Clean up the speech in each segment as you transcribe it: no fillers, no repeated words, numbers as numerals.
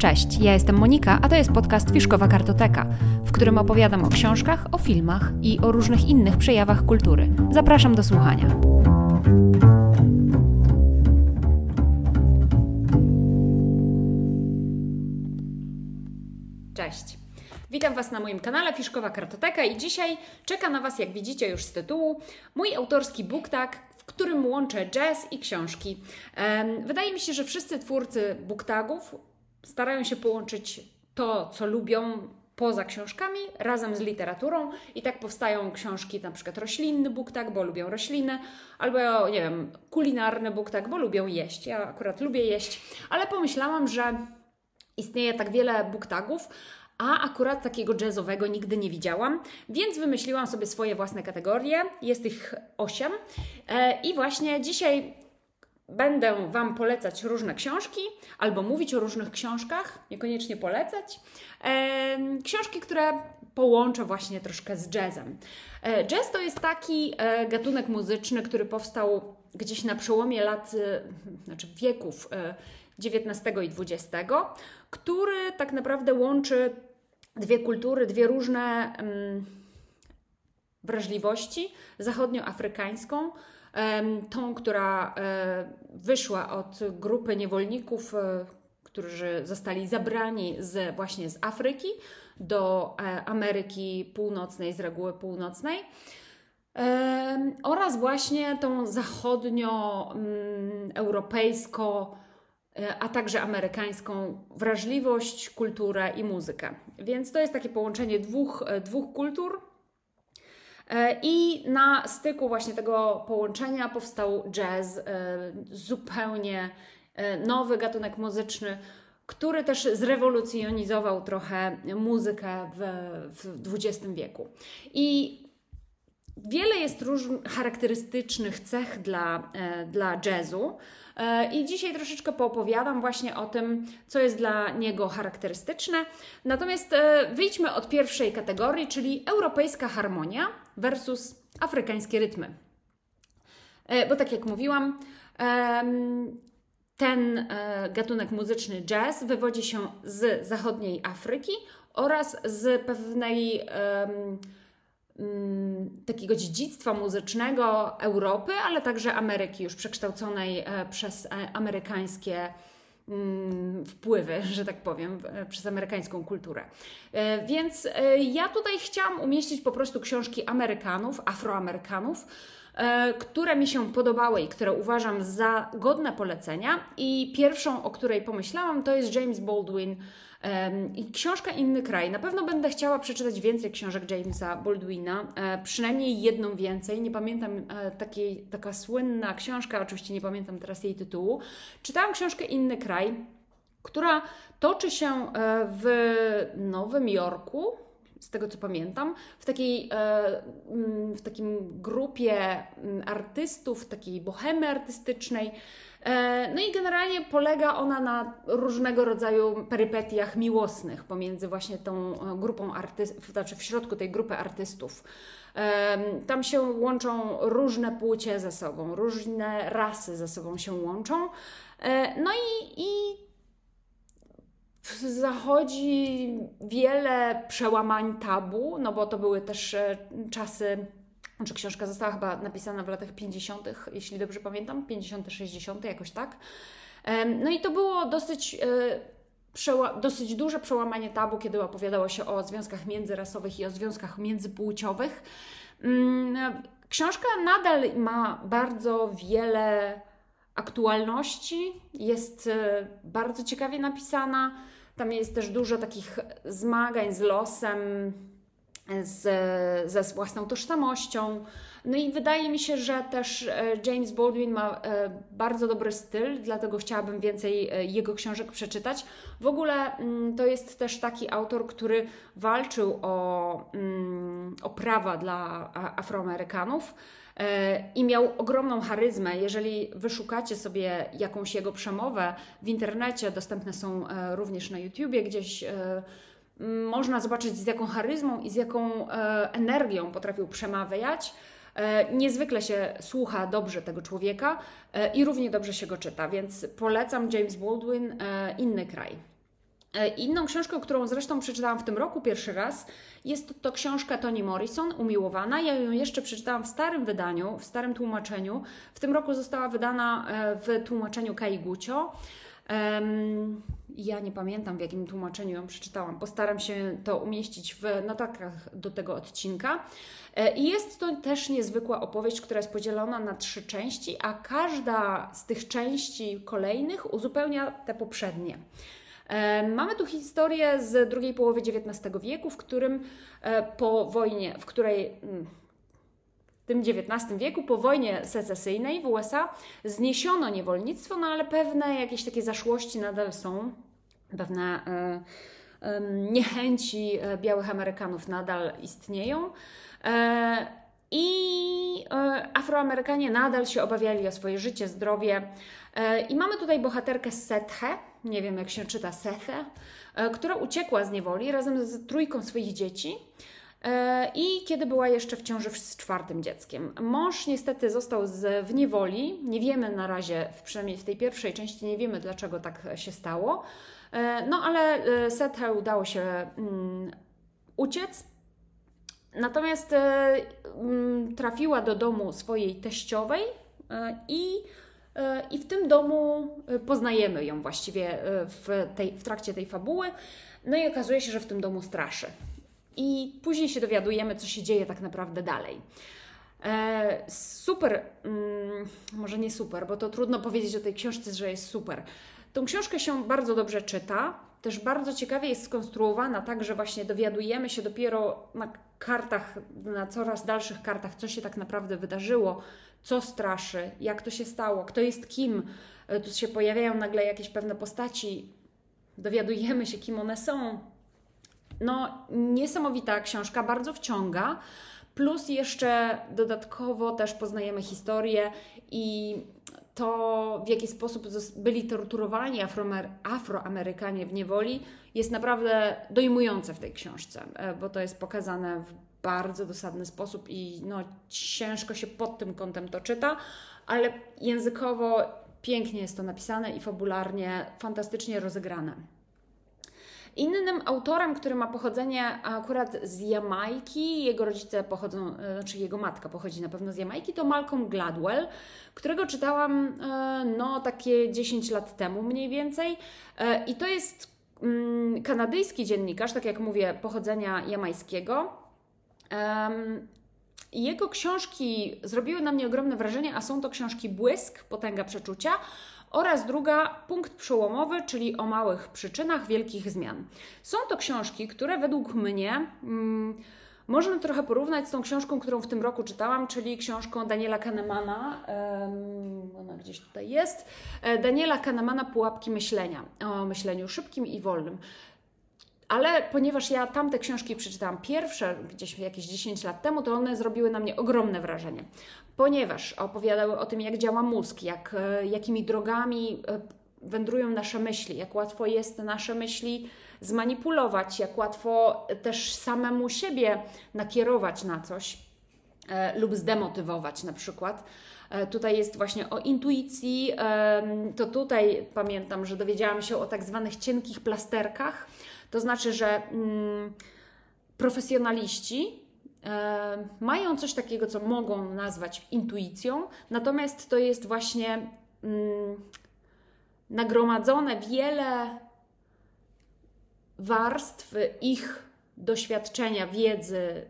Cześć, ja jestem Monika, a to jest podcast Fiszkowa Kartoteka, w którym opowiadam o książkach, o filmach i o różnych innych przejawach kultury. Zapraszam do słuchania. Cześć. Witam Was na moim kanale Fiszkowa Kartoteka i dzisiaj czeka na Was, jak widzicie już z tytułu, mój autorski booktag, w którym łączę jazz i książki. Wydaje mi się, że wszyscy twórcy booktagów starają się połączyć to, co lubią poza książkami, razem z literaturą i tak powstają książki, na przykład roślinny booktag, bo lubią rośliny, albo, nie wiem, kulinarny booktag, bo lubią jeść. Ja akurat lubię jeść, ale pomyślałam, że istnieje tak wiele booktagów, a akurat takiego jazzowego nigdy nie widziałam, więc wymyśliłam sobie swoje własne kategorie. Jest ich 8 i właśnie dzisiaj będę Wam polecać różne książki albo mówić o różnych książkach, niekoniecznie polecać. Książki, które połączę właśnie troszkę z jazzem. Jazz to jest taki gatunek muzyczny, który powstał gdzieś na przełomie wieków XIX i XX, który tak naprawdę łączy dwie kultury, dwie różne wrażliwości, zachodnioafrykańską, tą, która wyszła od grupy niewolników, którzy zostali zabrani właśnie z Afryki do Ameryki Północnej, z reguły północnej, oraz właśnie tą zachodnioeuropejską, a także amerykańską wrażliwość, kulturę i muzykę. Więc to jest takie połączenie dwóch kultur. I na styku właśnie tego połączenia powstał jazz, zupełnie nowy gatunek muzyczny, który też zrewolucjonizował trochę muzykę w XX wieku. I wiele jest charakterystycznych cech dla jazzu i dzisiaj troszeczkę poopowiadam właśnie o tym, co jest dla niego charakterystyczne. Natomiast wyjdźmy od pierwszej kategorii, czyli europejska harmonia versus afrykańskie rytmy. Bo tak jak mówiłam, ten gatunek muzyczny jazz wywodzi się z zachodniej Afryki oraz z pewnej takiego dziedzictwa muzycznego Europy, ale także Ameryki, już przekształconej przez amerykańskie wpływy, że tak powiem, przez amerykańską kulturę. Więc ja tutaj chciałam umieścić po prostu książki Amerykanów, Afroamerykanów, które mi się podobały i które uważam za godne polecenia. I pierwszą, o której pomyślałam, to jest James Baldwin i książka Inny kraj. Na pewno będę chciała przeczytać więcej książek Jamesa Baldwina, przynajmniej jedną więcej. Nie pamiętam taka słynna książka, oczywiście nie pamiętam teraz jej tytułu. Czytałam książkę Inny kraj, która toczy się w Nowym Jorku, z tego co pamiętam, w takim grupie artystów, takiej bohemy artystycznej. No i generalnie polega ona na różnego rodzaju perypetiach miłosnych pomiędzy właśnie tą grupą artystów, znaczy w środku tej grupy artystów. Tam się łączą różne płcie ze sobą, różne rasy ze sobą się łączą. No i zachodzi wiele przełamań tabu, no bo to były też czasy, znaczy książka została chyba napisana w latach 50., jeśli dobrze pamiętam, 50., 60., jakoś tak. No i to było dosyć duże przełamanie tabu, kiedy opowiadało się o związkach międzyrasowych i o związkach międzypłciowych. Książka nadal ma bardzo wiele aktualności, jest bardzo ciekawie napisana. Tam jest też dużo takich zmagań z losem, ze własną tożsamością. No i wydaje mi się, że też James Baldwin ma bardzo dobry styl, dlatego chciałabym więcej jego książek przeczytać. W ogóle to jest też taki autor, który walczył o prawa dla Afroamerykanów i miał ogromną charyzmę. Jeżeli wyszukacie sobie jakąś jego przemowę w internecie, dostępne są również na YouTubie, gdzieś można zobaczyć, z jaką charyzmą i z jaką energią potrafił przemawiać. Niezwykle się słucha dobrze tego człowieka i równie dobrze się go czyta, więc polecam James Baldwin, Inny kraj. Inną książką, którą zresztą przeczytałam w tym roku pierwszy raz, jest to książka Toni Morrison, Umiłowana. Ja ją jeszcze przeczytałam w starym wydaniu, w starym tłumaczeniu. W tym roku została wydana w tłumaczeniu Kai Gucio. Ja nie pamiętam, w jakim tłumaczeniu ją przeczytałam. Postaram się to umieścić w notatkach do tego odcinka. I jest to też niezwykła opowieść, która jest podzielona na 3 części, a każda z tych części kolejnych uzupełnia te poprzednie. Mamy tu historię z drugiej połowy XIX wieku, w którym po wojnie, w tym XIX wieku, po wojnie secesyjnej w USA zniesiono niewolnictwo, no ale pewne jakieś takie zaszłości nadal są, pewne niechęci białych Amerykanów nadal istnieją. I Afroamerykanie nadal się obawiali o swoje życie, zdrowie. I mamy tutaj bohaterkę Sethę, nie wiem jak się czyta Sethę, która uciekła z niewoli razem z 3 swoich dzieci. I kiedy była jeszcze w ciąży z 4. dzieckiem. Mąż niestety został w niewoli. Nie wiemy na razie, przynajmniej w tej pierwszej części, nie wiemy dlaczego tak się stało. No ale Sethe udało się uciec. Natomiast trafiła do domu swojej teściowej i w tym domu poznajemy ją właściwie w trakcie tej fabuły. No i okazuje się, że w tym domu straszy. I później się dowiadujemy, co się dzieje tak naprawdę dalej. Super, może nie super, bo to trudno powiedzieć o tej książce, że jest super. Tą książkę się bardzo dobrze czyta, też bardzo ciekawie jest skonstruowana, tak, że właśnie dowiadujemy się dopiero na kartach, na coraz dalszych kartach, co się tak naprawdę wydarzyło, co straszy, jak to się stało, kto jest kim. Tu się pojawiają nagle jakieś pewne postaci, dowiadujemy się, kim one są. No, niesamowita książka, bardzo wciąga, plus jeszcze dodatkowo też poznajemy historię i to, w jaki sposób byli torturowani Afroamerykanie w niewoli, jest naprawdę dojmujące w tej książce, bo to jest pokazane w bardzo dosadny sposób i no, ciężko się pod tym kątem to czyta, ale językowo pięknie jest to napisane i fabularnie fantastycznie rozegrane. Innym autorem, który ma pochodzenie akurat z Jamajki, jego rodzice pochodzą, znaczy jego matka pochodzi na pewno z Jamajki, to Malcolm Gladwell, którego czytałam no takie 10 lat temu mniej więcej. I to jest kanadyjski dziennikarz, tak jak mówię, pochodzenia jamajskiego. Jego książki zrobiły na mnie ogromne wrażenie, a są to książki Błysk, Potęga Przeczucia oraz druga Punkt Przełomowy, czyli o małych przyczynach wielkich zmian. Są to książki, które według mnie można trochę porównać z tą książką, którą w tym roku czytałam, czyli książką Daniela Kahnemana, ona gdzieś tutaj jest, Daniela Kahnemana Pułapki myślenia, o myśleniu szybkim i wolnym. Ale ponieważ ja tamte książki przeczytałam pierwsze, gdzieś jakieś 10 lat temu, to one zrobiły na mnie ogromne wrażenie. Ponieważ opowiadały o tym, jak działa mózg, jakimi drogami wędrują nasze myśli, jak łatwo jest nasze myśli zmanipulować, jak łatwo też samemu siebie nakierować na coś lub zdemotywować na przykład. Tutaj jest właśnie o intuicji, to tutaj pamiętam, że dowiedziałam się o tak zwanych cienkich plasterkach. To znaczy, że profesjonaliści mają coś takiego, co mogą nazwać intuicją, natomiast to jest właśnie nagromadzone wiele warstw ich doświadczenia, wiedzy,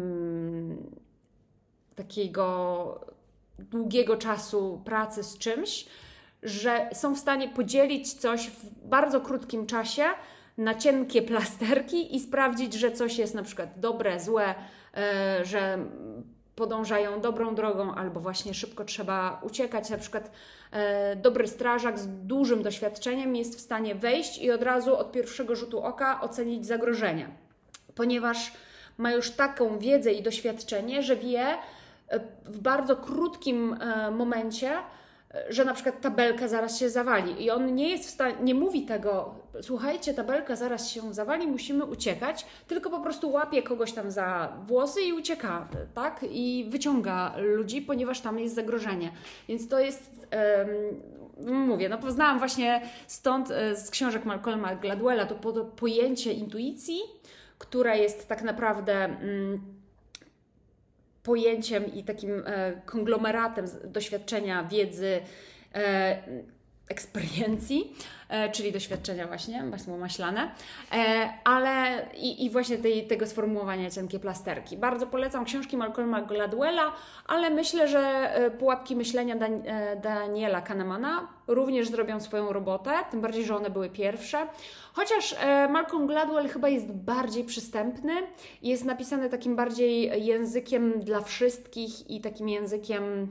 takiego długiego czasu pracy z czymś, że są w stanie podzielić coś w bardzo krótkim czasie na cienkie plasterki i sprawdzić, że coś jest na przykład dobre, złe, że podążają dobrą drogą albo właśnie szybko trzeba uciekać. Na przykład dobry strażak z dużym doświadczeniem jest w stanie wejść i od razu od pierwszego rzutu oka ocenić zagrożenie, ponieważ ma już taką wiedzę i doświadczenie, że wie w bardzo krótkim momencie, że na przykład tabelka zaraz się zawali i on nie jest w stanie, nie mówi tego, słuchajcie, tabelka zaraz się zawali, musimy uciekać, tylko po prostu łapie kogoś tam za włosy i ucieka, tak? I wyciąga ludzi, ponieważ tam jest zagrożenie. Więc to jest mówię, no poznałam właśnie stąd z książek Malcolma Gladwella to pojęcie intuicji, która jest tak naprawdę pojęciem i takim konglomeratem doświadczenia, wiedzy, eksperiencji, czyli doświadczenia właśnie, masło maślane, ale i właśnie tego sformułowania cienkie plasterki. Bardzo polecam książki Malcolma Gladwella, ale myślę, że Pułapki myślenia Daniela Kahnemana również zrobią swoją robotę, tym bardziej, że one były pierwsze. Chociaż Malcolm Gladwell chyba jest bardziej przystępny, jest napisany takim bardziej językiem dla wszystkich i takim językiem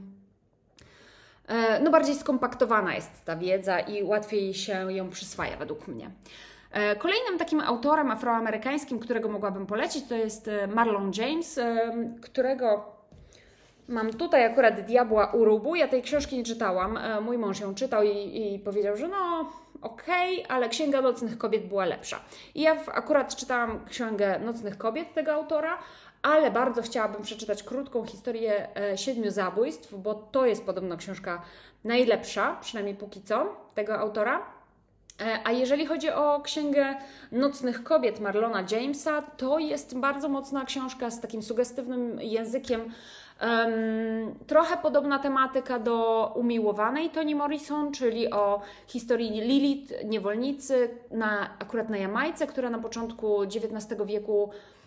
no bardziej skompaktowana jest ta wiedza i łatwiej się ją przyswaja według mnie. Kolejnym takim autorem afroamerykańskim, którego mogłabym polecić, to jest Marlon James, którego mam tutaj akurat Diabła u Rubu. Ja tej książki nie czytałam, mój mąż ją czytał i powiedział, że no okej, ale Księga Nocnych Kobiet była lepsza. I ja akurat czytałam Księgę Nocnych Kobiet tego autora, ale bardzo chciałabym przeczytać krótką historię 7 zabójstw, bo to jest podobno książka najlepsza, przynajmniej póki co, tego autora. A jeżeli chodzi o Księgę Nocnych Kobiet Marlona Jamesa, to jest bardzo mocna książka z takim sugestywnym językiem. Trochę podobna tematyka do Umiłowanej Toni Morrison, czyli o historii Lilith, niewolnicy, akurat na Jamajce, która na początku XIX wieku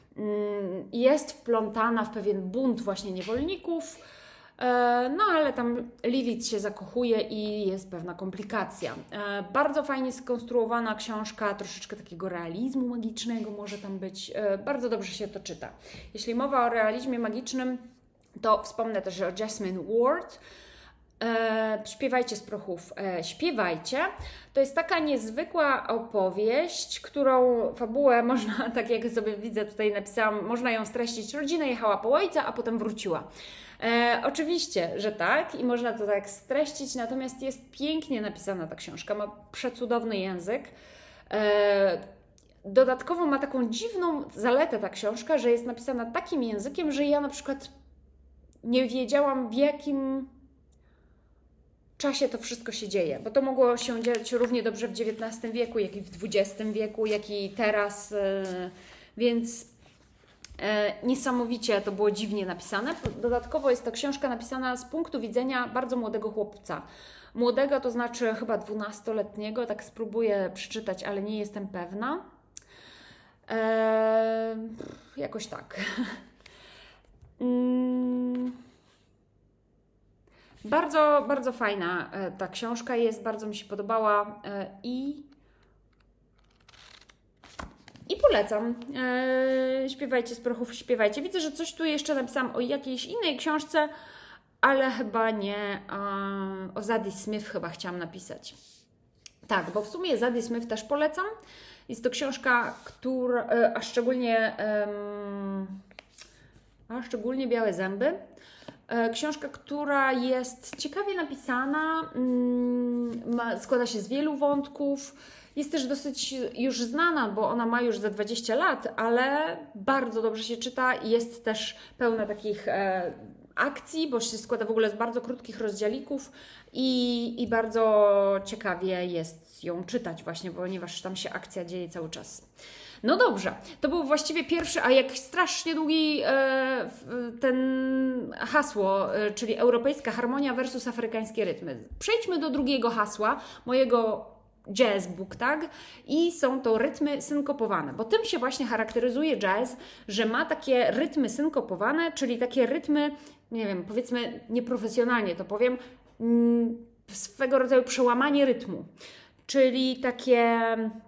jest wplątana w pewien bunt właśnie niewolników, no ale tam Lilith się zakochuje i jest pewna komplikacja. Bardzo fajnie skonstruowana książka, troszeczkę takiego realizmu magicznego może tam być, bardzo dobrze się to czyta. Jeśli mowa o realizmie magicznym, to wspomnę też o Jasmine Ward. Śpiewajcie z prochów, śpiewajcie. To jest taka niezwykła opowieść, którą fabułę można, tak jak sobie widzę tutaj napisałam, można ją streścić. Rodzina jechała po ojca, a potem wróciła. Oczywiście, że tak i można to tak streścić, natomiast jest pięknie napisana ta książka, ma przecudowny język. Dodatkowo ma taką dziwną zaletę ta książka, że jest napisana takim językiem, że ja na przykład nie wiedziałam, w jakim czasie to wszystko się dzieje, bo to mogło się dziać równie dobrze w XIX wieku, jak i w XX wieku, jak i teraz, więc niesamowicie to było dziwnie napisane. Dodatkowo jest to książka napisana z punktu widzenia bardzo młodego chłopca. Młodego to znaczy chyba 12-letniego, tak spróbuję przeczytać, ale nie jestem pewna. Jakoś tak. Bardzo, bardzo fajna ta książka jest, bardzo mi się podobała i polecam. Śpiewajcie z prochów, śpiewajcie. Widzę, że coś tu jeszcze napisałam o jakiejś innej książce, ale chyba nie. O Zadie Smith chyba chciałam napisać. Tak, bo w sumie Zadie Smith też polecam. Jest to książka, która, a szczególnie Białe zęby. Książka, która jest ciekawie napisana, składa się z wielu wątków, jest też dosyć już znana, bo ona ma już za 20 lat, ale bardzo dobrze się czyta i jest też pełna takich akcji, bo się składa w ogóle z bardzo krótkich rozdziałików i bardzo ciekawie jest ją czytać właśnie, ponieważ tam się akcja dzieje cały czas. No dobrze, to był właściwie pierwszy, a jak strasznie długi ten hasło, czyli europejska harmonia versus afrykańskie rytmy. Przejdźmy do drugiego hasła, mojego jazz book tag i są to rytmy synkopowane, bo tym się właśnie charakteryzuje jazz, że ma takie rytmy synkopowane, czyli takie rytmy, nie wiem, powiedzmy nieprofesjonalnie to powiem, swego rodzaju przełamanie rytmu, czyli takie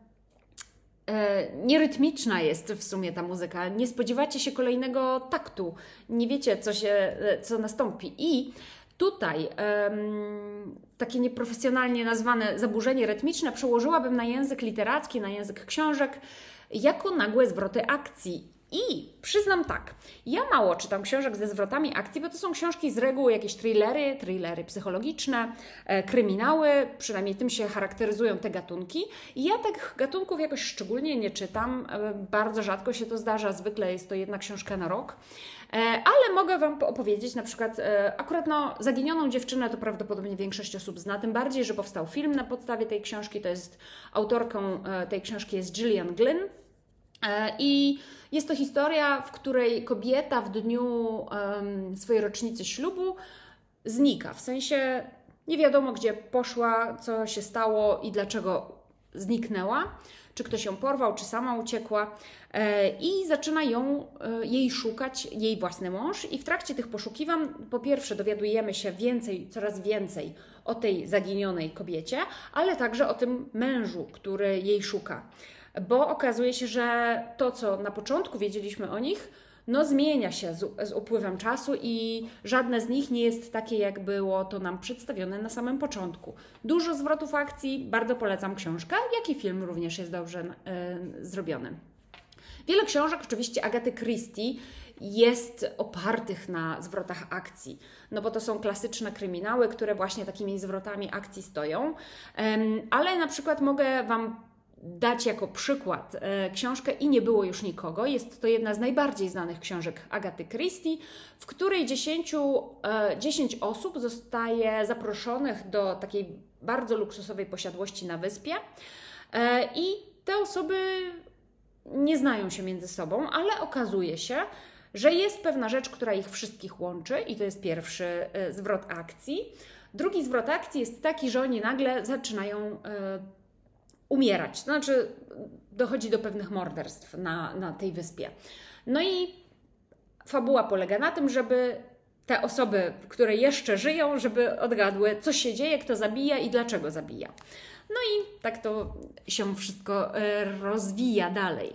nierytmiczna jest w sumie ta muzyka. Nie spodziewacie się kolejnego taktu. Nie wiecie, co nastąpi. I tutaj takie nieprofesjonalnie nazwane zaburzenie rytmiczne przełożyłabym na język literacki, na język książek, jako nagłe zwroty akcji. I przyznam tak, ja mało czytam książek ze zwrotami akcji, bo to są książki z reguły jakieś thrillery psychologiczne, kryminały, przynajmniej tym się charakteryzują te gatunki. I ja tych gatunków jakoś szczególnie nie czytam, bardzo rzadko się to zdarza, zwykle jest to jedna książka na rok. Ale mogę Wam opowiedzieć na przykład, akurat Zaginioną dziewczynę to prawdopodobnie większość osób zna, tym bardziej, że powstał film na podstawie tej książki, autorką tej książki jest Gillian Glynn. I jest to historia, w której kobieta w dniu swojej rocznicy ślubu znika. W sensie nie wiadomo, gdzie poszła, co się stało i dlaczego zniknęła. Czy ktoś ją porwał, czy sama uciekła. I zaczyna jej szukać jej własny mąż. I w trakcie tych poszukiwań po pierwsze dowiadujemy się coraz więcej o tej zaginionej kobiecie, ale także o tym mężu, który jej szuka. Bo okazuje się, że to, co na początku wiedzieliśmy o nich, zmienia się z upływem czasu i żadne z nich nie jest takie, jak było to nam przedstawione na samym początku. Dużo zwrotów akcji, bardzo polecam książkę, jak i film również jest dobrze zrobiony. Wiele książek, oczywiście Agaty Christie, jest opartych na zwrotach akcji, bo to są klasyczne kryminały, które właśnie takimi zwrotami akcji stoją, ale na przykład mogę Wam dać jako przykład książkę I nie było już nikogo. Jest to jedna z najbardziej znanych książek Agaty Christie, w której 10 osób zostaje zaproszonych do takiej bardzo luksusowej posiadłości na wyspie i te osoby nie znają się między sobą, ale okazuje się, że jest pewna rzecz, która ich wszystkich łączy i to jest pierwszy zwrot akcji. Drugi zwrot akcji jest taki, że oni nagle zaczynają umierać, to znaczy dochodzi do pewnych morderstw na tej wyspie. I fabuła polega na tym, żeby te osoby, które jeszcze żyją, żeby odgadły, co się dzieje, kto zabija i dlaczego zabija. I tak to się wszystko rozwija dalej.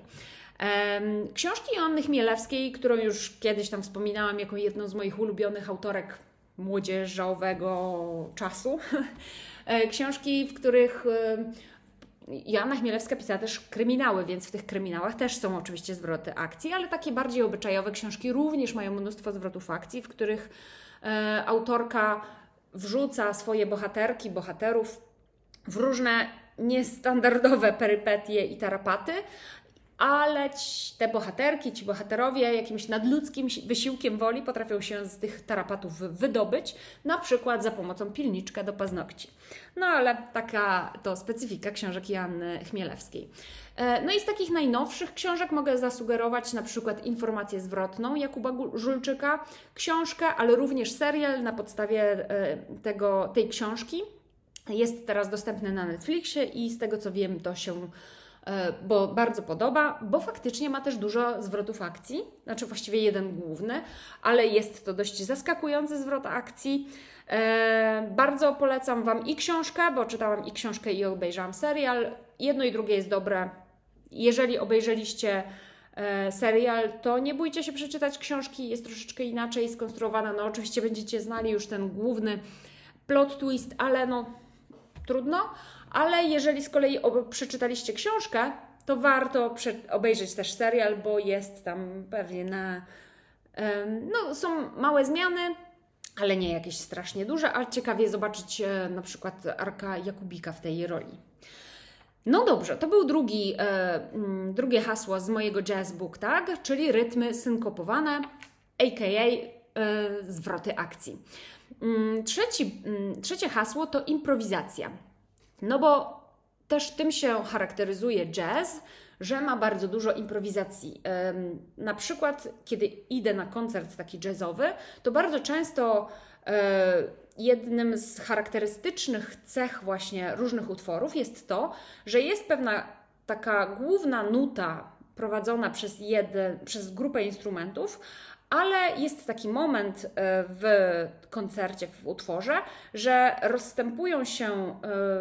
Książki Joanny Chmielewskiej, którą już kiedyś tam wspominałam jako jedną z moich ulubionych autorek młodzieżowego czasu. Książki, w których Joanna Chmielewska pisała też kryminały, więc w tych kryminałach też są oczywiście zwroty akcji, ale takie bardziej obyczajowe książki również mają mnóstwo zwrotów akcji, w których autorka wrzuca swoje bohaterów w różne niestandardowe perypetie i tarapaty, ale te bohaterki, ci bohaterowie jakimś nadludzkim wysiłkiem woli potrafią się z tych tarapatów wydobyć, na przykład za pomocą pilniczka do paznokci. Ale taka to specyfika książek Joanny Chmielewskiej. I z takich najnowszych książek mogę zasugerować na przykład Informację zwrotną Jakuba Żulczyka, książkę, ale również serial na podstawie tej książki. Jest teraz dostępny na Netflixie i z tego co wiem, to się bardzo podoba, bo faktycznie ma też dużo zwrotów akcji, znaczy właściwie jeden główny, ale jest to dość zaskakujący zwrot akcji. Bardzo polecam Wam i książkę, bo czytałam i książkę i obejrzałam serial. Jedno i drugie jest dobre. Jeżeli obejrzeliście serial, to nie bójcie się przeczytać książki, jest troszeczkę inaczej skonstruowana. Oczywiście będziecie znali już ten główny plot twist, ale trudno. Ale jeżeli z kolei przeczytaliście książkę, to warto obejrzeć też serial, bo jest tam pewnie są małe zmiany, ale nie jakieś strasznie duże, ale ciekawie zobaczyć na przykład Arka Jakubika w tej roli. Dobrze, to był drugie hasło z mojego Jazz Book Tag, czyli rytmy synkopowane, a.k.a. zwroty akcji. Trzecie hasło to improwizacja. Bo też tym się charakteryzuje jazz, że ma bardzo dużo improwizacji. Na przykład, kiedy idę na koncert taki jazzowy, to bardzo często jednym z charakterystycznych cech właśnie różnych utworów jest to, że jest pewna taka główna nuta prowadzona przez grupę instrumentów, ale jest taki moment w koncercie, w utworze, że rozstępują się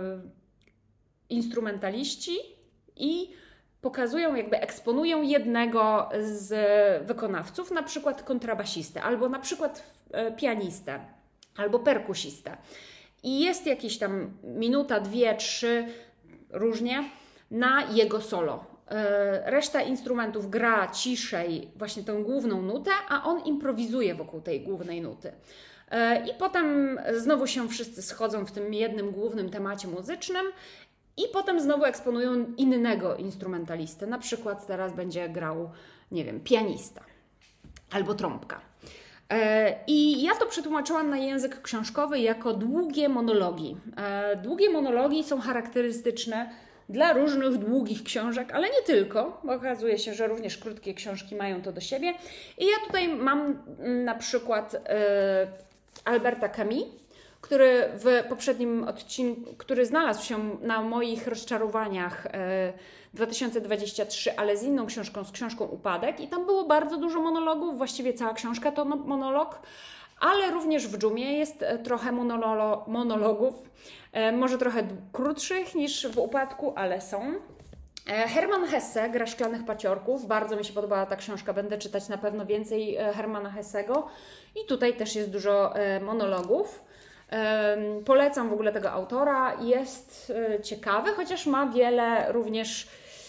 instrumentaliści i pokazują, eksponują jednego z wykonawców, na przykład kontrabasistę, albo na przykład pianistę, albo perkusistę. I jest jakieś tam minuta, 2, 3, różnie, na jego solo. reszta instrumentów gra ciszej właśnie tę główną nutę, a on improwizuje wokół tej głównej nuty. I potem znowu się wszyscy schodzą w tym jednym głównym temacie muzycznym i potem znowu eksponują innego instrumentalistę. Na przykład teraz będzie grał, nie wiem, pianista albo trąbka. I ja to przetłumaczyłam na język książkowy jako długie monologi. Długie monologi są charakterystyczne dla różnych długich książek, ale nie tylko, bo okazuje się, że również krótkie książki mają to do siebie. I ja tutaj mam na przykład Alberta Camus, który w poprzednim odcinku, który znalazł się na moich rozczarowaniach 2023, ale z inną książką, z książką Upadek, i tam było bardzo dużo monologów, właściwie cała książka to monolog, ale również w Dżumie jest trochę monologów, może trochę krótszych niż w Upadku, ale są. Hermann Hesse, Gra szklanych paciorków, bardzo mi się podobała ta książka, będę czytać na pewno więcej Hermana Hessego i tutaj też jest dużo monologów. Polecam w ogóle tego autora, jest ciekawy, chociaż ma wiele również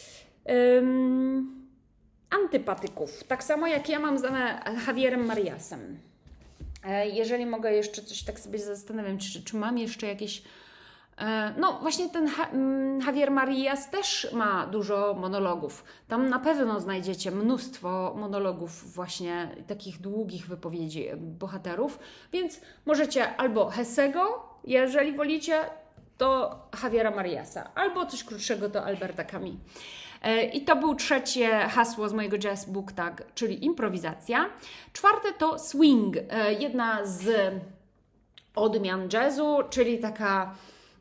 antypatyków, tak samo jak ja mam z Javierem Mariasem. Jeżeli mogę jeszcze coś, tak sobie zastanawiam, czy mam jeszcze jakieś... No właśnie ten Javier Marias też ma dużo monologów. Tam na pewno znajdziecie mnóstwo monologów, właśnie takich długich wypowiedzi bohaterów, więc możecie albo Hessego, jeżeli wolicie, to Javiera Mariasa, albo coś krótszego to Alberta Camus. I to było trzecie hasło z mojego Jazz Book Tag, czyli improwizacja. Czwarte to swing, jedna z odmian jazzu, czyli taka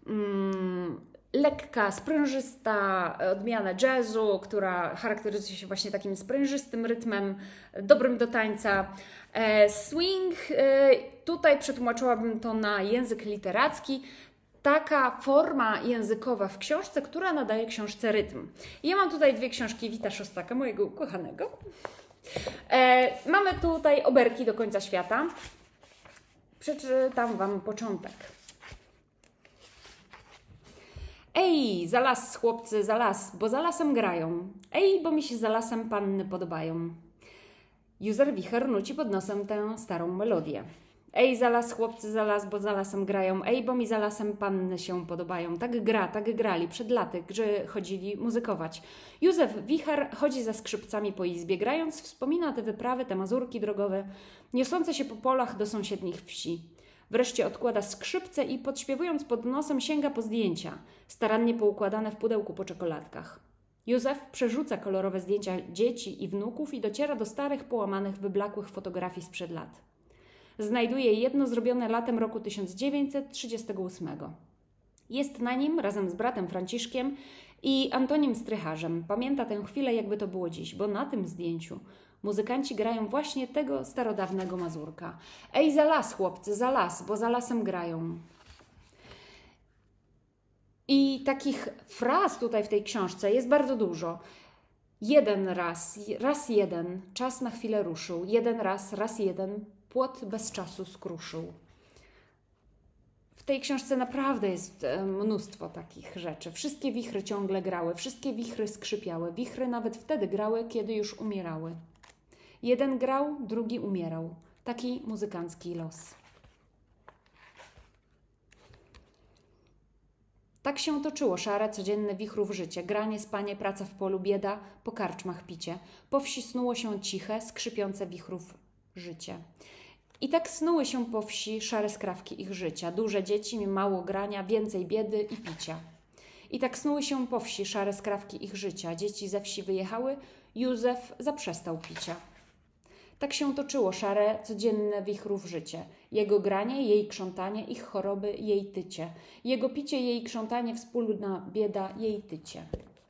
lekka, sprężysta odmiana jazzu, która charakteryzuje się właśnie takim sprężystym rytmem, dobrym do tańca. Swing, tutaj przetłumaczyłabym to na język literacki, taka forma językowa w książce, która nadaje książce rytm. Ja mam tutaj dwie książki Wita Szostaka, mojego ukochanego. Mamy tutaj Oberki do końca świata. Przeczytam Wam początek. Ej, za las, chłopcy, za las, bo za lasem grają. Ej, bo mi się za lasem panny podobają. Józer Wicher nuci pod nosem tę starą melodię. Ej, za las, chłopcy, za las, bo za lasem grają. Ej, bo mi za lasem panny się podobają. Tak grali przed laty, że chodzili muzykować. Józef Wicher chodzi za skrzypcami po izbie, grając wspomina te wyprawy, te mazurki drogowe, niosące się po polach do sąsiednich wsi. Wreszcie odkłada skrzypce i podśpiewując pod nosem sięga po zdjęcia, starannie poukładane w pudełku po czekoladkach. Józef przerzuca kolorowe zdjęcia dzieci i wnuków i dociera do starych, połamanych, wyblakłych fotografii sprzed lat. Znajduje jedno zrobione latem roku 1938. Jest na nim razem z bratem Franciszkiem i Antonim Strycharzem. Pamięta tę chwilę, jakby to było dziś, bo na tym zdjęciu muzykanci grają właśnie tego starodawnego mazurka. Ej, za las, chłopcy, za las, bo za lasem grają. I takich fraz tutaj w tej książce jest bardzo dużo. Jeden raz jeden, czas na chwilę ruszył. Jeden raz jeden, płot bez czasu skruszył. W tej książce naprawdę jest mnóstwo takich rzeczy. Wszystkie wichry ciągle grały, wszystkie wichry skrzypiały. Wichry nawet wtedy grały, kiedy już umierały. Jeden grał, drugi umierał. Taki muzykancki los. Tak się toczyło szare, codzienne wichrów życie. Granie, spanie, praca w polu, bieda, po karczmach picie. Po wsi snuło się ciche, skrzypiące wichrów życie. I tak snuły się po wsi szare skrawki ich życia. Duże dzieci, mało grania, więcej biedy i picia. I tak snuły się po wsi szare skrawki ich życia. Dzieci ze wsi wyjechały, Józef zaprzestał picia. Tak się toczyło szare, codzienne wichrów życie. Jego granie, jej krzątanie, ich choroby, jej tycie. Jego picie, jej krzątanie, wspólna bieda, jej tycie.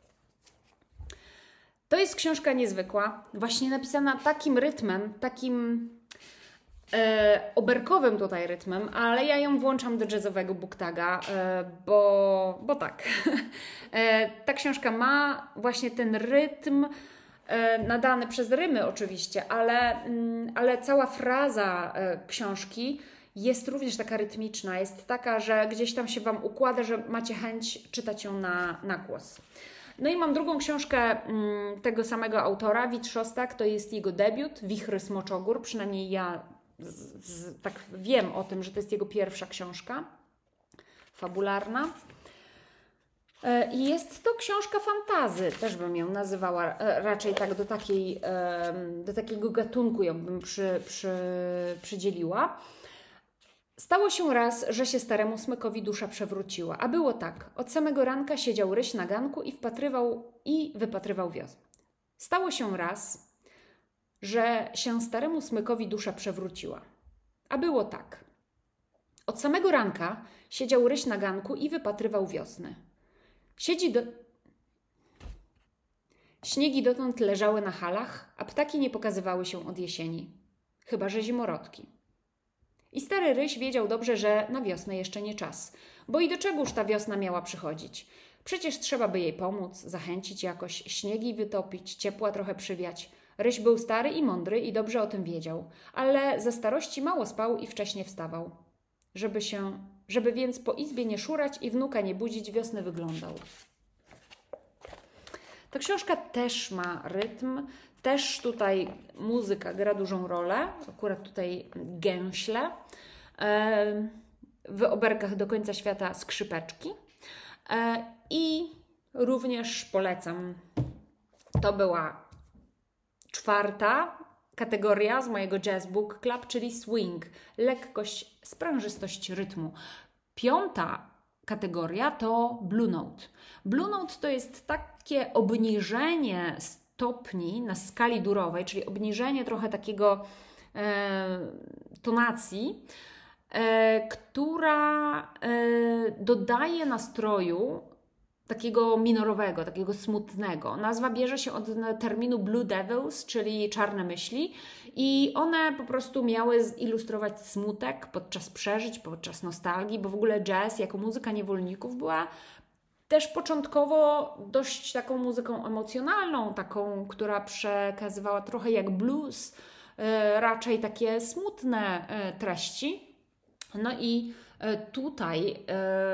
To jest książka niezwykła, właśnie napisana takim rytmem, takim oberkowym tutaj rytmem, ale ja ją włączam do jazzowego booktaga, bo tak. Ta książka ma właśnie ten rytm, nadany przez rymy oczywiście, ale cała fraza książki jest również taka rytmiczna, jest taka, że gdzieś tam się Wam układa, że macie chęć czytać ją na głos. No i mam drugą książkę tego samego autora, Wit Szostak, to jest jego debiut, Wichry Smoczogór, przynajmniej ja tak wiem o tym, że to jest jego pierwsza książka fabularna. I jest to książka fantazy, też bym ją nazywała, raczej tak do takiego gatunku ją bym przydzieliła. Stało się raz, że się staremu smykowi dusza przewróciła, a było tak. Od samego ranka siedział ryś na ganku i wypatrywał wiosny. Stało się raz, że się staremu smykowi dusza przewróciła, a było tak. Od samego ranka siedział ryś na ganku i wypatrywał wiosny. Śniegi dotąd leżały na halach, a ptaki nie pokazywały się od jesieni, chyba że zimorodki. I stary ryś wiedział dobrze, że na wiosnę jeszcze nie czas, bo i do czegóż ta wiosna miała przychodzić? Przecież trzeba by jej pomóc, zachęcić jakoś, śniegi wytopić, ciepła trochę przywiać. Ryś był stary i mądry i dobrze o tym wiedział, ale ze starości mało spał i wcześnie wstawał. Żeby więc po izbie nie szurać i wnuka nie budzić, wiosny wyglądał. Ta książka też ma rytm, też tutaj muzyka gra dużą rolę, akurat tutaj gęśle, w oberkach do końca świata skrzypeczki i również polecam. To była 4. kategoria z mojego Jazz Book Club, czyli swing, lekkość, sprężystość rytmu. 5. kategoria to Blue Note. Blue Note to jest takie obniżenie stopni na skali durowej, czyli obniżenie trochę takiego tonacji, która dodaje nastroju takiego minorowego, takiego smutnego. Nazwa bierze się od terminu Blue Devils, czyli czarne myśli, i one po prostu miały zilustrować smutek podczas przeżyć, podczas nostalgii, bo w ogóle jazz jako muzyka niewolników była też początkowo dość taką muzyką emocjonalną, taką, która przekazywała trochę jak blues, raczej takie smutne treści. No i tutaj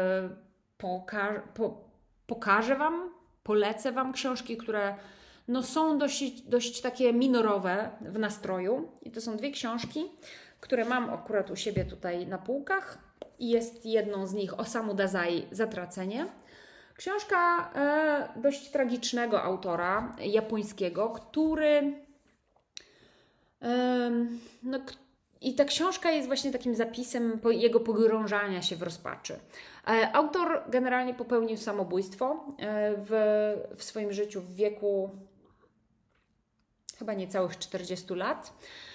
pokażę Wam, polecę Wam książki, które no, są dość takie minorowe w nastroju. I to są 2 książki, które mam akurat u siebie tutaj na półkach. I jest jedną z nich Osamu Dazai Zatracenie. Książka dość tragicznego autora japońskiego, który... I ta książka jest właśnie takim zapisem jego pogrążania się w rozpaczy. Autor generalnie popełnił samobójstwo w swoim życiu w wieku chyba niecałych 40 lat.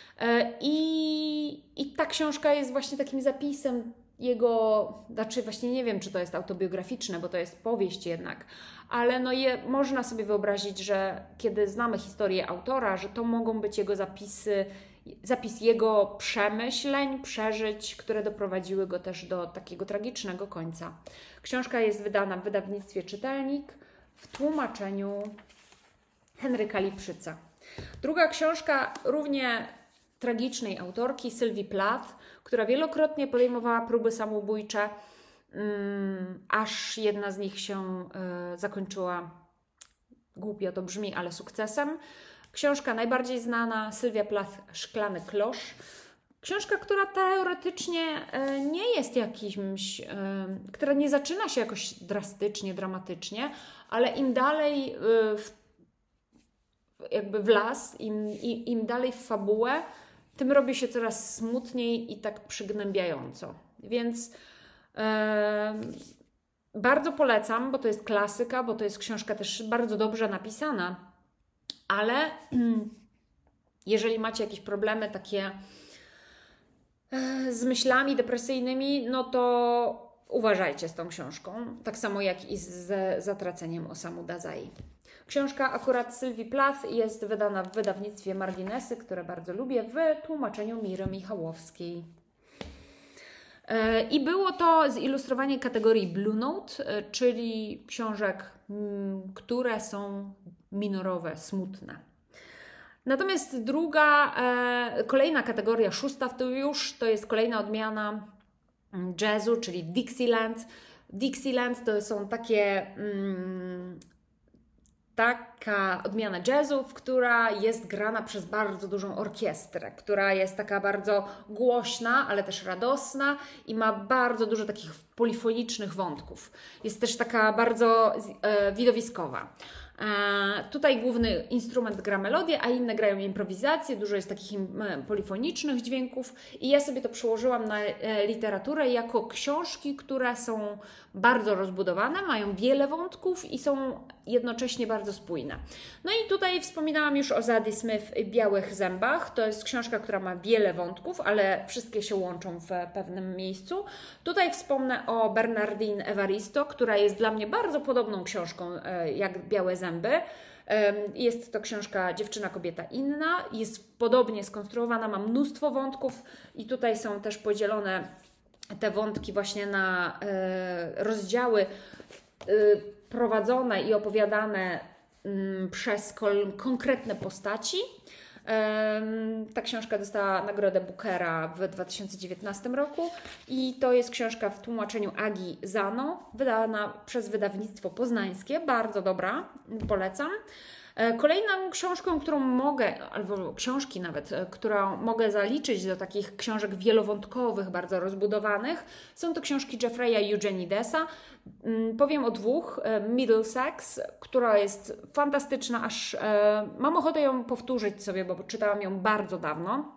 I ta książka jest właśnie takim zapisem jego, znaczy właśnie nie wiem, czy to jest autobiograficzne, bo to jest powieść jednak, ale no można sobie wyobrazić, że kiedy znamy historię autora, że to mogą być jego zapis jego przemyśleń, przeżyć, które doprowadziły go też do takiego tragicznego końca. Książka jest wydana w wydawnictwie Czytelnik w tłumaczeniu Henryka Lipszyca. Druga książka równie tragicznej autorki, Sylwii Plath, która wielokrotnie podejmowała próby samobójcze, aż jedna z nich się zakończyła, głupio to brzmi, ale sukcesem. Książka najbardziej znana, Sylwia Plath, Szklany klosz. Książka, która teoretycznie nie jest jakimś, która nie zaczyna się jakoś drastycznie, dramatycznie, ale im dalej w las, im dalej w fabułę, tym robi się coraz smutniej i tak przygnębiająco. Więc bardzo polecam, bo to jest klasyka, bo to jest książka też bardzo dobrze napisana, ale jeżeli macie jakieś problemy takie z myślami depresyjnymi, no to uważajcie z tą książką, tak samo jak i z Zatraceniem Osamu Dazai. Książka akurat Sylwii Plath jest wydana w wydawnictwie Marginesy, które bardzo lubię, w tłumaczeniu Miry Michałowskiej. I było to zilustrowanie kategorii Blue Note, czyli książek, które są minorowe, smutne. Natomiast kolejna kategoria, 6. to jest kolejna odmiana jazzu, czyli Dixieland. Dixieland to są takie taka odmiana jazzów, która jest grana przez bardzo dużą orkiestrę, która jest taka bardzo głośna, ale też radosna i ma bardzo dużo takich polifonicznych wątków. Jest też taka bardzo widowiskowa. Tutaj główny instrument gra melodię, a inne grają improwizację, dużo jest takich polifonicznych dźwięków i ja sobie to przełożyłam na literaturę jako książki, które są bardzo rozbudowane, mają wiele wątków i są jednocześnie bardzo spójne. No i tutaj wspominałam już o Zadie Smith i Białych Zębach. To jest książka, która ma wiele wątków, ale wszystkie się łączą w pewnym miejscu. Tutaj wspomnę o Bernardine Evaristo, która jest dla mnie bardzo podobną książką jak Białe Zęby. Jest to książka Dziewczyna, kobieta inna. Jest podobnie skonstruowana, ma mnóstwo wątków i tutaj są też podzielone te wątki właśnie na rozdziały prowadzone i opowiadane przez konkretne postaci. Ta książka dostała Nagrodę Bookera w 2019 roku i to jest książka w tłumaczeniu Agi Zano, wydana przez wydawnictwo poznańskie, bardzo dobra, polecam. Kolejną książką, którą mogę, albo książki nawet, którą mogę zaliczyć do takich książek wielowątkowych, bardzo rozbudowanych, są to książki Jeffrey'a Eugenidesa. Powiem o dwóch. Middlesex, która jest fantastyczna, aż mam ochotę ją powtórzyć sobie, bo czytałam ją bardzo dawno.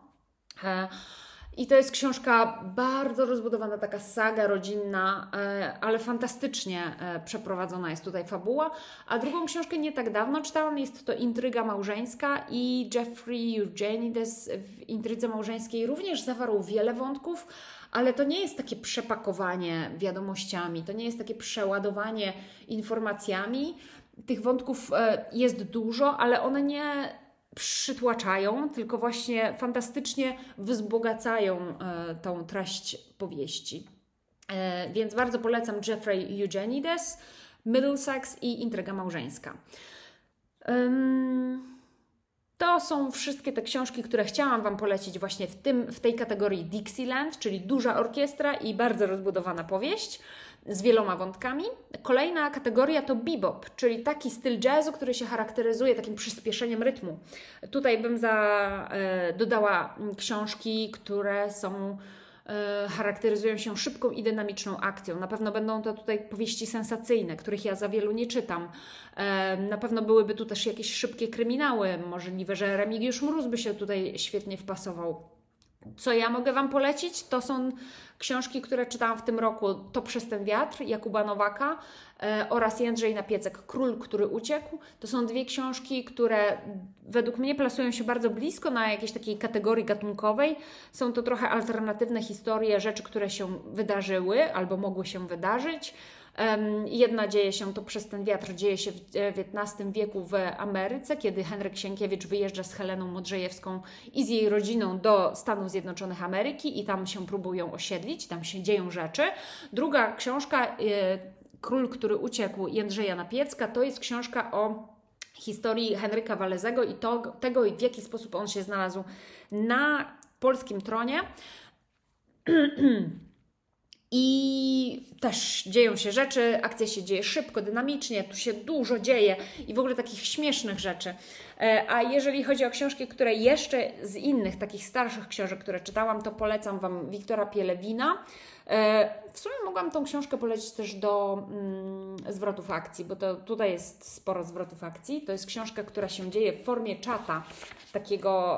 I to jest książka bardzo rozbudowana, taka saga rodzinna, ale fantastycznie przeprowadzona jest tutaj fabuła. A drugą książkę nie tak dawno czytałam, jest to Intryga małżeńska i Jeffrey Eugenides w Intrydze małżeńskiej również zawarł wiele wątków, ale to nie jest takie przepakowanie wiadomościami, to nie jest takie przeładowanie informacjami. Tych wątków jest dużo, ale one nie przytłaczają, tylko właśnie fantastycznie wzbogacają tą treść powieści. Więc bardzo polecam Jeffrey Eugenides, Middlesex i Intryga małżeńska. To są wszystkie te książki, które chciałam Wam polecić właśnie w tej kategorii Dixieland, czyli duża orkiestra i bardzo rozbudowana powieść z wieloma wątkami. Kolejna kategoria to bebop, czyli taki styl jazzu, który się charakteryzuje takim przyspieszeniem rytmu. Tutaj bym dodała książki, które charakteryzują się szybką i dynamiczną akcją. Na pewno będą to tutaj powieści sensacyjne, których ja za wielu nie czytam. Na pewno byłyby tu też jakieś szybkie kryminały. Możliwe, że Remigiusz Mróz by się tutaj świetnie wpasował. Co ja mogę Wam polecić? To są książki, które czytałam w tym roku. To Przez ten wiatr Jakuba Nowaka oraz Jędrzej Napiecek, Król, który uciekł. To są dwie książki, które według mnie plasują się bardzo blisko na jakiejś takiej kategorii gatunkowej. Są to trochę alternatywne historie, rzeczy, które się wydarzyły albo mogły się wydarzyć. Jedna To Przez ten wiatr dzieje się w XIX wieku w Ameryce, kiedy Henryk Sienkiewicz wyjeżdża z Heleną Modrzejewską i z jej rodziną do Stanów Zjednoczonych Ameryki i tam się próbują osiedlić, tam się dzieją rzeczy. Druga książka, Król, który uciekł Jędrzeja Napiecka, to jest książka o historii Henryka Walezego i tego, w jaki sposób on się znalazł na polskim tronie. I też dzieją się rzeczy, akcja się dzieje szybko, dynamicznie, tu się dużo dzieje i w ogóle takich śmiesznych rzeczy. A jeżeli chodzi o książki, które jeszcze z innych, takich starszych książek, które czytałam, to polecam Wam Wiktora Pielewina. W sumie mogłam tą książkę polecić też do zwrotów akcji, bo tutaj jest sporo zwrotów akcji. To jest książka, która się dzieje w formie czata takiego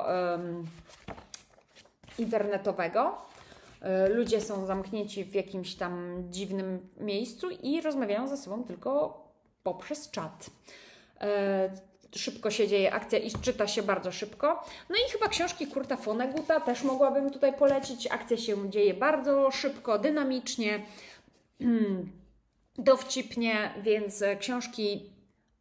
internetowego. Ludzie są zamknięci w jakimś tam dziwnym miejscu i rozmawiają ze sobą tylko poprzez czat. Szybko się dzieje akcja i czyta się bardzo szybko. No i chyba książki Kurta Vonnegutta też mogłabym tutaj polecić. Akcja się dzieje bardzo szybko, dynamicznie, dowcipnie, więc książki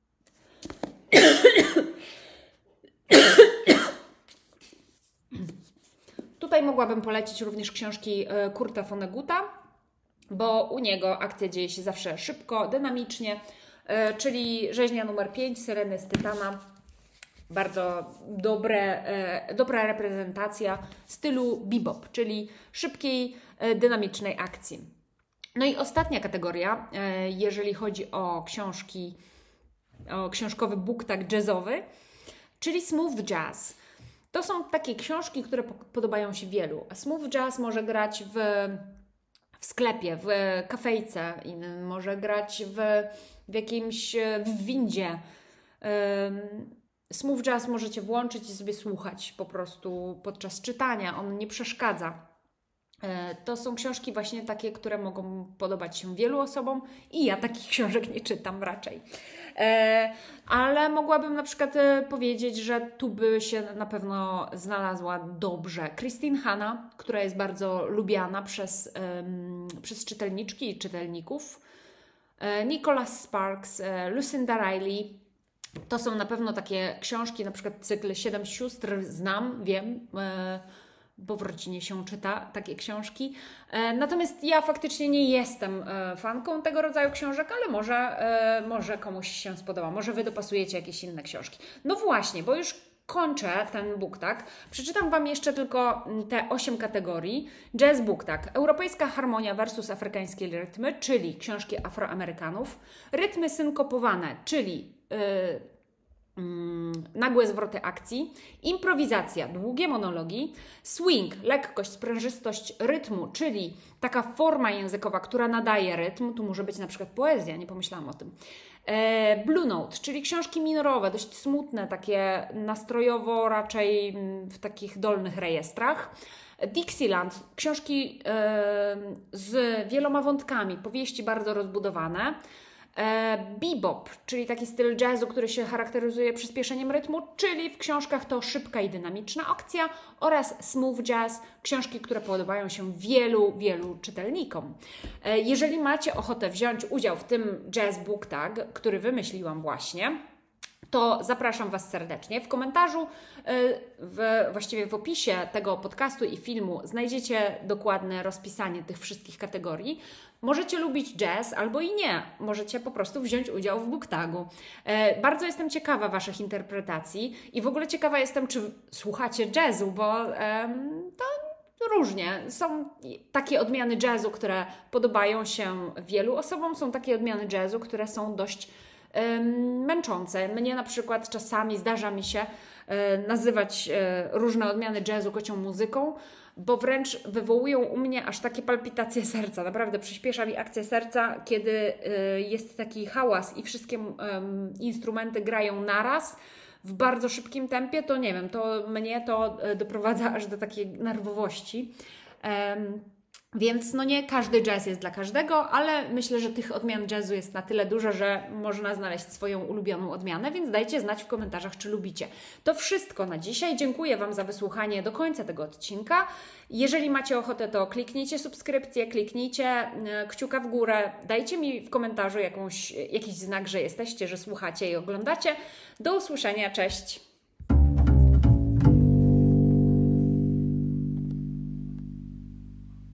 tutaj mogłabym polecić również książki Kurta Vonnegutta, bo u niego akcja dzieje się zawsze szybko, dynamicznie, czyli Rzeźnia numer 5, Syreny z Tytana. Bardzo dobra reprezentacja stylu bebop, czyli szybkiej, dynamicznej akcji. No i ostatnia kategoria, jeżeli chodzi o książki książkowy BookTag jazzowy, czyli smooth jazz. To są takie książki, które podobają się wielu. A smooth jazz może grać w sklepie, w kafejce, może grać w jakimś w windzie. Smooth jazz możecie włączyć i sobie słuchać po prostu podczas czytania. On nie przeszkadza. To są książki właśnie takie, które mogą podobać się wielu osobom i ja takich książek nie czytam raczej. Ale mogłabym na przykład powiedzieć, że tu by się na pewno znalazła dobrze Christine Hanna, która jest bardzo lubiana przez czytelniczki i czytelników. Nicholas Sparks, Lucinda Riley. To są na pewno takie książki, na przykład cykl 7 sióstr znam, wiem, bo w rodzinie się czyta takie książki. Natomiast ja faktycznie nie jestem fanką tego rodzaju książek, ale może komuś się spodoba, może Wy dopasujecie jakieś inne książki. No właśnie, bo już kończę ten BookTag. Przeczytam Wam jeszcze tylko te 8 kategorii. Jazz BookTag. Europejska harmonia versus afrykańskie rytmy, czyli książki Afroamerykanów. Rytmy synkopowane, czyli nagłe zwroty akcji, improwizacja, długie monologi, swing, lekkość, sprężystość rytmu, czyli taka forma językowa, która nadaje rytm, tu może być na przykład poezja, nie pomyślałam o tym. Blue Note, czyli książki minorowe, dość smutne, takie nastrojowo raczej w takich dolnych rejestrach. Dixieland, książki z wieloma wątkami, powieści bardzo rozbudowane. Bebop, czyli taki styl jazzu, który się charakteryzuje przyspieszeniem rytmu, czyli w książkach to szybka i dynamiczna akcja, oraz smooth jazz, książki, które podobają się wielu czytelnikom. Jeżeli macie ochotę wziąć udział w tym Jazz BookTag, który wymyśliłam właśnie, to zapraszam Was serdecznie. W komentarzu, właściwie w opisie tego podcastu i filmu znajdziecie dokładne rozpisanie tych wszystkich kategorii. Możecie lubić jazz albo i nie. Możecie po prostu wziąć udział w BookTagu. Bardzo jestem ciekawa Waszych interpretacji i w ogóle ciekawa jestem, czy słuchacie jazzu, bo to różnie. Są takie odmiany jazzu, które podobają się wielu osobom, są takie odmiany jazzu, które są dość męczące. Mnie na przykład czasami zdarza mi się nazywać różne odmiany jazzu kocią muzyką, bo wręcz wywołują u mnie aż takie palpitacje serca. Naprawdę przyspiesza mi akcja serca, kiedy jest taki hałas i wszystkie instrumenty grają naraz w bardzo szybkim tempie, to nie wiem, to mnie to doprowadza aż do takiej nerwowości. Więc no nie każdy jazz jest dla każdego, ale myślę, że tych odmian jazzu jest na tyle dużo, że można znaleźć swoją ulubioną odmianę, więc dajcie znać w komentarzach, czy lubicie. To wszystko na dzisiaj. Dziękuję Wam za wysłuchanie do końca tego odcinka. Jeżeli macie ochotę, to kliknijcie subskrypcję, kliknijcie kciuka w górę, dajcie mi w komentarzu jakiś znak, że jesteście, że słuchacie i oglądacie. Do usłyszenia, cześć!